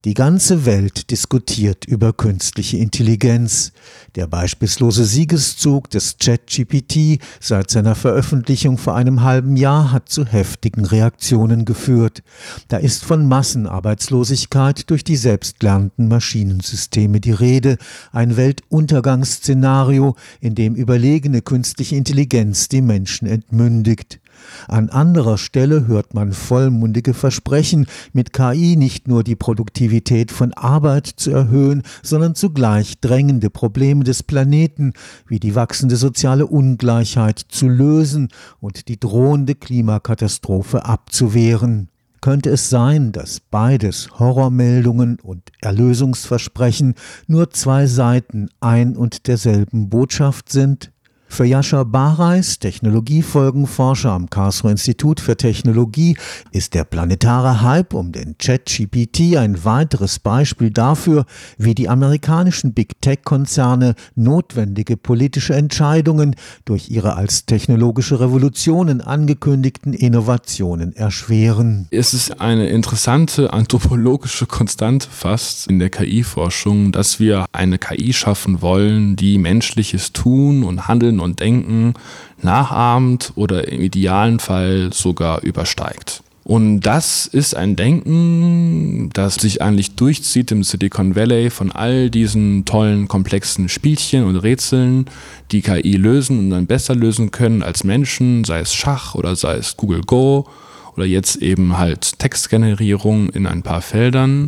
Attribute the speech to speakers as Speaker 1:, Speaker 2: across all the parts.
Speaker 1: Die ganze Welt diskutiert über künstliche Intelligenz. Der beispiellose Siegeszug des ChatGPT seit seiner Veröffentlichung vor einem halben Jahr hat zu heftigen Reaktionen geführt. Da ist von Massenarbeitslosigkeit durch die selbstlernenden Maschinensysteme die Rede, ein Weltuntergangsszenario, in dem überlegene künstliche Intelligenz die Menschen entmündigt. An anderer Stelle hört man vollmundige Versprechen, mit KI nicht nur die Produktivität von Arbeit zu erhöhen, sondern zugleich drängende Probleme des Planeten wie die wachsende soziale Ungleichheit zu lösen und die drohende Klimakatastrophe abzuwehren. Könnte es sein, dass beides, Horrormeldungen und Erlösungsversprechen, nur zwei Seiten ein und derselben Botschaft sind? Für Yashar Barais, Technologiefolgenforscher am Karlsruher Institut für Technologie, ist der planetare Hype um den ChatGPT ein weiteres Beispiel dafür, wie die amerikanischen Big-Tech-Konzerne notwendige politische Entscheidungen durch ihre als technologische Revolutionen angekündigten Innovationen erschweren.
Speaker 2: Es ist eine interessante anthropologische Konstante fast in der KI-Forschung, dass wir eine KI schaffen wollen, die menschliches Tun und Handeln und Denken nachahmt oder im idealen Fall sogar übersteigt. Und das ist ein Denken, das sich eigentlich durchzieht im Silicon Valley von all diesen tollen, komplexen Spielchen und Rätseln, die KI lösen und dann besser lösen können als Menschen, sei es Schach oder sei es Google Go oder jetzt eben halt Textgenerierung in ein paar Feldern.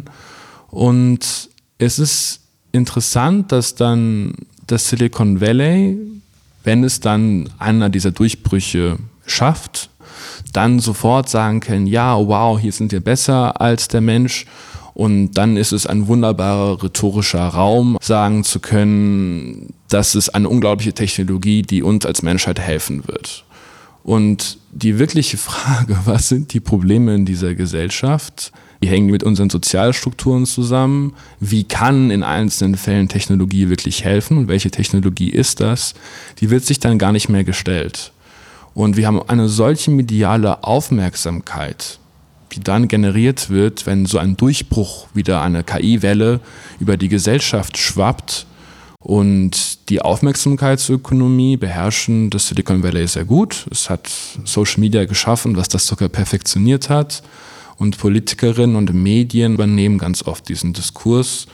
Speaker 2: Und es ist interessant, dass dann das Silicon Valley, wenn es dann einer dieser Durchbrüche schafft, dann sofort sagen können, ja, wow, hier sind wir besser als der Mensch. Und dann ist es ein wunderbarer rhetorischer Raum, sagen zu können, das ist eine unglaubliche Technologie, die uns als Menschheit helfen wird. Und die wirkliche Frage, was sind die Probleme in dieser Gesellschaft? Die hängen mit unseren Sozialstrukturen zusammen. Wie kann in einzelnen Fällen Technologie wirklich helfen? Und welche Technologie ist das? Die wird sich dann gar nicht mehr gestellt. Und wir haben eine solche mediale Aufmerksamkeit, die dann generiert wird, wenn so ein Durchbruch wieder eine KI-Welle über die Gesellschaft schwappt. Und die Aufmerksamkeitsökonomie beherrschen das Silicon Valley sehr gut. Es hat Social Media geschaffen, was das sogar perfektioniert hat. Und Politikerinnen und Medien übernehmen ganz oft diesen Diskurs.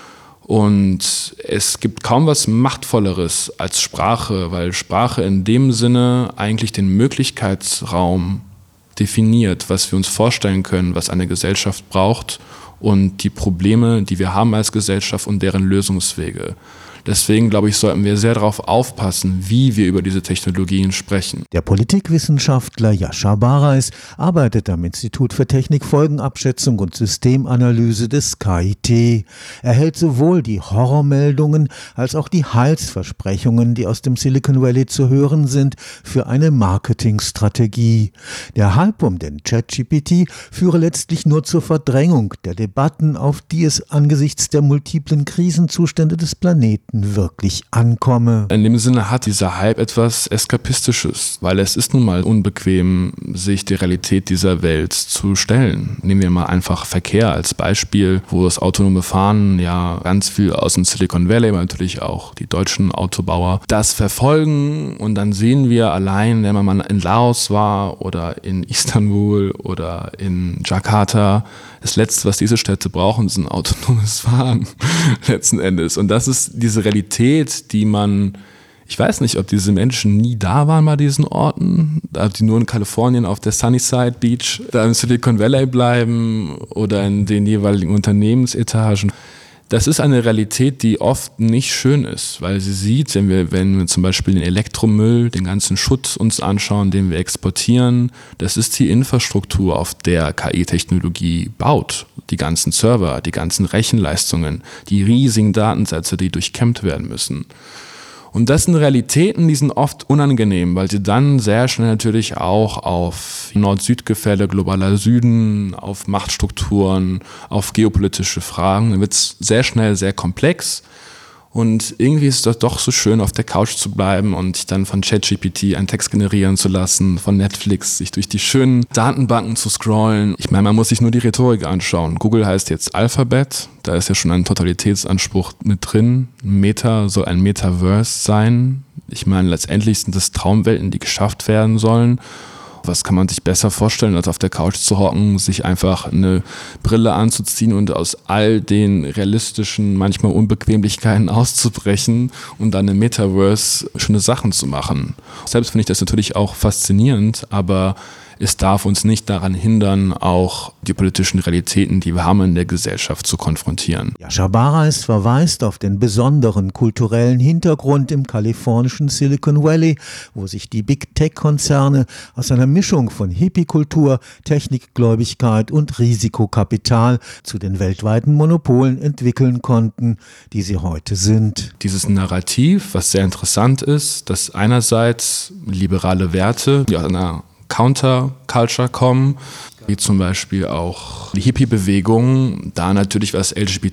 Speaker 2: Und es gibt kaum was Machtvolleres als Sprache, weil Sprache in dem Sinne eigentlich den Möglichkeitsraum definiert, was wir uns vorstellen können, was eine Gesellschaft braucht und die Probleme, die wir haben als Gesellschaft und deren Lösungswege. Deswegen, glaube ich, sollten wir sehr darauf aufpassen, wie wir über diese Technologien sprechen.
Speaker 1: Der Politikwissenschaftler Yashar Barais arbeitet am Institut für Technikfolgenabschätzung und Systemanalyse des KIT. Er hält sowohl die Horrormeldungen als auch die Heilsversprechungen, die aus dem Silicon Valley zu hören sind, für eine Marketingstrategie. Der Hype um den ChatGPT führe letztlich nur zur Verdrängung der Debatten, auf die es angesichts der multiplen Krisenzustände des Planeten wirklich ankomme.
Speaker 2: In dem Sinne hat dieser Hype etwas Eskapistisches, weil es ist nun mal unbequem, sich die Realität dieser Welt zu stellen. Nehmen wir mal einfach Verkehr als Beispiel, wo das autonome Fahren ja ganz viel aus dem Silicon Valley, aber natürlich auch die deutschen Autobauer, das verfolgen und dann sehen wir allein, wenn man mal in Laos war oder in Istanbul oder in Jakarta, das Letzte, was diese Städte brauchen, ist ein autonomes Fahren letzten Endes. Und das ist diese Realität, die ich weiß nicht, ob diese Menschen nie da waren bei diesen Orten, ob die nur in Kalifornien auf der Sunnyside Beach, da im Silicon Valley bleiben oder in den jeweiligen Unternehmensetagen. Das ist eine Realität, die oft nicht schön ist, weil sie sieht, wenn wir zum Beispiel den Elektromüll, den ganzen Schutt uns anschauen, den wir exportieren, das ist die Infrastruktur, auf der KI-Technologie baut. Die ganzen Server, die ganzen Rechenleistungen, die riesigen Datensätze, die durchkämmt werden müssen. Und das sind Realitäten, die sind oft unangenehm, weil sie dann sehr schnell natürlich auch auf Nord-Süd-Gefälle, globaler Süden, auf Machtstrukturen, auf geopolitische Fragen, dann wird es sehr schnell sehr komplex. Und irgendwie ist es doch so schön, auf der Couch zu bleiben und sich dann von ChatGPT einen Text generieren zu lassen, von Netflix, sich durch die schönen Datenbanken zu scrollen. Ich meine, man muss sich nur die Rhetorik anschauen. Google heißt jetzt Alphabet, da ist ja schon ein Totalitätsanspruch mit drin. Meta soll ein Metaverse sein. Ich meine, letztendlich sind das Traumwelten, die geschafft werden sollen. Was kann man sich besser vorstellen, als auf der Couch zu hocken, sich einfach eine Brille anzuziehen und aus all den realistischen, manchmal Unbequemlichkeiten auszubrechen und dann im Metaverse schöne Sachen zu machen. Selbst finde ich das natürlich auch faszinierend, aber es darf uns nicht daran hindern, auch die politischen Realitäten, die wir haben in der Gesellschaft, zu konfrontieren.
Speaker 1: Jascha Bareis verweist auf den besonderen kulturellen Hintergrund im kalifornischen Silicon Valley, wo sich die Big-Tech-Konzerne aus einer Mischung von Hippie-Kultur, Technikgläubigkeit und Risikokapital zu den weltweiten Monopolen entwickeln konnten, die sie heute sind.
Speaker 2: Dieses Narrativ, was sehr interessant ist, dass einerseits liberale Werte, die aus einer Counterculture kommen, wie zum Beispiel auch die Hippie-Bewegung, da natürlich was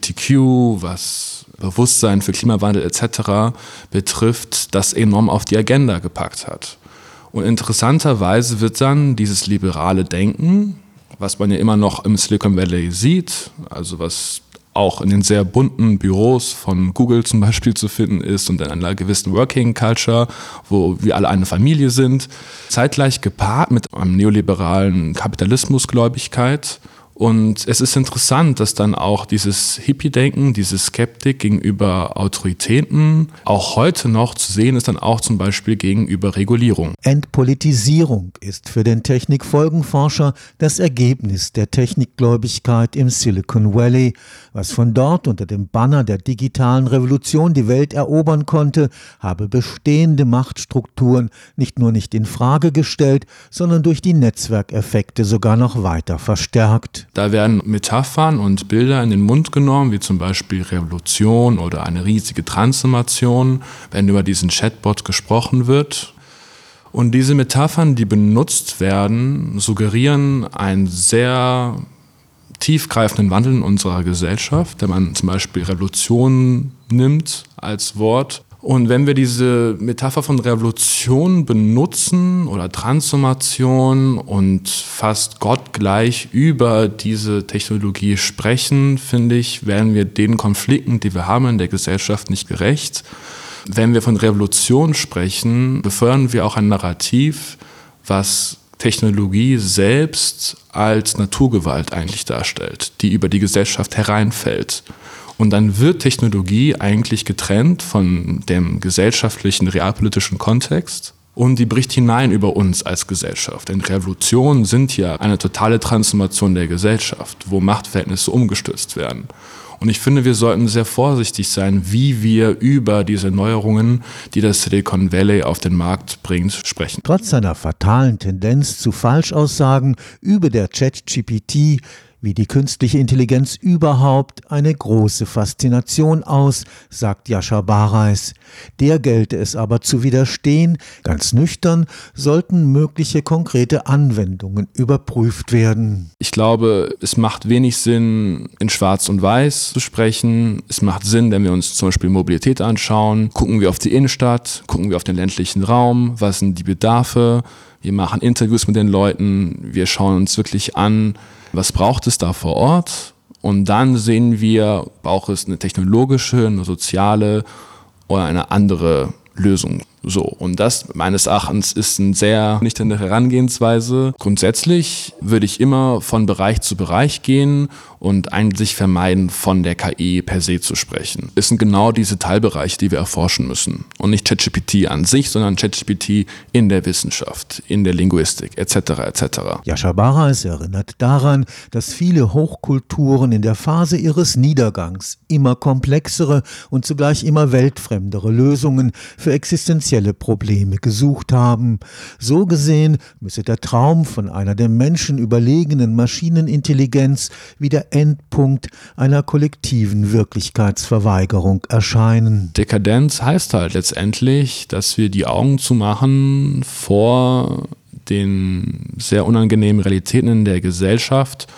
Speaker 2: LGBTQ, was Bewusstsein für Klimawandel etc. betrifft, das enorm auf die Agenda gepackt hat. Und interessanterweise wird dann dieses liberale Denken, was man ja immer noch im Silicon Valley sieht, also was auch in den sehr bunten Büros von Google zum Beispiel zu finden ist und in einer gewissen Working Culture, wo wir alle eine Familie sind, zeitgleich gepaart mit einem neoliberalen Kapitalismusgläubigkeit. Und es ist interessant, dass dann auch dieses Hippie-Denken, diese Skeptik gegenüber Autoritäten auch heute noch zu sehen ist, dann auch zum Beispiel gegenüber Regulierung.
Speaker 1: Entpolitisierung ist für den Technikfolgenforscher das Ergebnis der Technikgläubigkeit im Silicon Valley. Was von dort unter dem Banner der digitalen Revolution die Welt erobern konnte, habe bestehende Machtstrukturen nicht nur nicht in Frage gestellt, sondern durch die Netzwerkeffekte sogar noch weiter verstärkt.
Speaker 2: Da werden Metaphern und Bilder in den Mund genommen, wie zum Beispiel Revolution oder eine riesige Transformation, wenn über diesen Chatbot gesprochen wird. Und diese Metaphern, die benutzt werden, suggerieren einen sehr tiefgreifenden Wandel in unserer Gesellschaft, wenn man zum Beispiel Revolution nimmt als Wort. Und wenn wir diese Metapher von Revolution benutzen oder Transformation und fast gottgleich über diese Technologie sprechen, finde ich, werden wir den Konflikten, die wir haben in der Gesellschaft, nicht gerecht. Wenn wir von Revolution sprechen, befördern wir auch ein Narrativ, was Technologie selbst als Naturgewalt eigentlich darstellt, die über die Gesellschaft hereinfällt. Und dann wird Technologie eigentlich getrennt von dem gesellschaftlichen, realpolitischen Kontext und die bricht hinein über uns als Gesellschaft. Denn Revolutionen sind ja eine totale Transformation der Gesellschaft, wo Machtverhältnisse umgestürzt werden. Und ich finde, wir sollten sehr vorsichtig sein, wie wir über diese Neuerungen, die das Silicon Valley auf den Markt bringt, sprechen.
Speaker 1: Trotz seiner fatalen Tendenz zu Falschaussagen übe der ChatGPT wie die künstliche Intelligenz überhaupt eine große Faszination aus, sagt Jascha Bareis. Der gelte es aber zu widerstehen. Ganz nüchtern sollten mögliche konkrete Anwendungen überprüft werden.
Speaker 2: Ich glaube, es macht wenig Sinn, in Schwarz und Weiß zu sprechen. Es macht Sinn, wenn wir uns zum Beispiel Mobilität anschauen. Gucken wir auf die Innenstadt, gucken wir auf den ländlichen Raum, was sind die Bedarfe. Wir machen Interviews mit den Leuten, wir schauen uns wirklich an, was braucht es da vor Ort? Und dann sehen wir, braucht es eine technologische, eine soziale oder eine andere Lösung. So, und das meines Erachtens ist eine sehr nüchterne Herangehensweise. Grundsätzlich würde ich immer von Bereich zu Bereich gehen und eigentlich vermeiden, von der KI per se zu sprechen. Es sind genau diese Teilbereiche, die wir erforschen müssen. Und nicht ChatGPT an sich, sondern ChatGPT in der Wissenschaft, in der Linguistik etc. etc.
Speaker 1: Jascha Bareis erinnert daran, dass viele Hochkulturen in der Phase ihres Niedergangs immer komplexere und zugleich immer weltfremdere Lösungen für existenzielle Probleme gesucht haben. So gesehen müsse der Traum von einer dem Menschen überlegenen Maschinenintelligenz wie der Endpunkt einer kollektiven Wirklichkeitsverweigerung erscheinen.
Speaker 2: Dekadenz heißt halt letztendlich, dass wir die Augen zumachen vor den sehr unangenehmen Realitäten in der Gesellschaft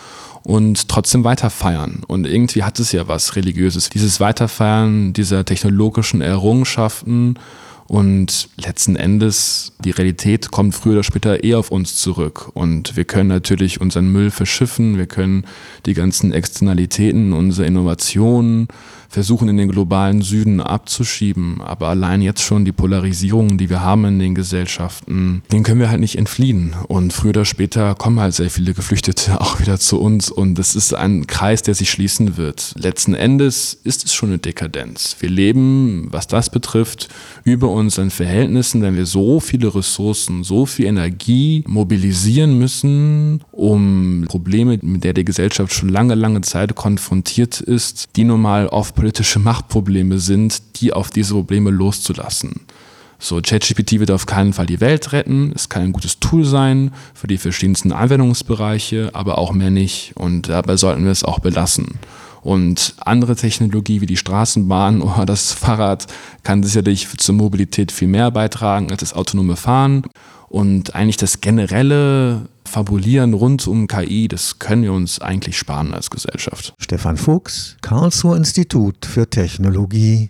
Speaker 2: und trotzdem weiter feiern. Und irgendwie hat es ja was Religiöses, dieses Weiterfeiern dieser technologischen Errungenschaften. Und letzten Endes, die Realität kommt früher oder später auf uns zurück. Und wir können natürlich unseren Müll verschiffen, wir können die ganzen Externalitäten, unsere Innovationen versuchen in den globalen Süden abzuschieben. Aber allein jetzt schon die Polarisierung, die wir haben in den Gesellschaften, denen können wir halt nicht entfliehen. Und früher oder später kommen halt sehr viele Geflüchtete auch wieder zu uns. Und das ist ein Kreis, der sich schließen wird. Letzten Endes ist es schon eine Dekadenz. Wir leben, was das betrifft, über unseren Verhältnissen, wenn wir so viele Ressourcen, so viel Energie mobilisieren müssen, um Probleme, mit der die Gesellschaft schon lange Zeit konfrontiert ist, die normal oft politische Machtprobleme sind, die auf diese Probleme loszulassen. So, ChatGPT wird auf keinen Fall die Welt retten. Es kann ein gutes Tool sein für die verschiedensten Anwendungsbereiche, aber auch mehr nicht. Und dabei sollten wir es auch belassen. Und andere Technologie wie die Straßenbahn oder das Fahrrad kann sicherlich zur Mobilität viel mehr beitragen als das autonome Fahren. Und eigentlich das generelle Fabulieren rund um KI, das können wir uns eigentlich sparen als Gesellschaft.
Speaker 1: Stefan Fuchs, Karlsruher Institut für Technologie.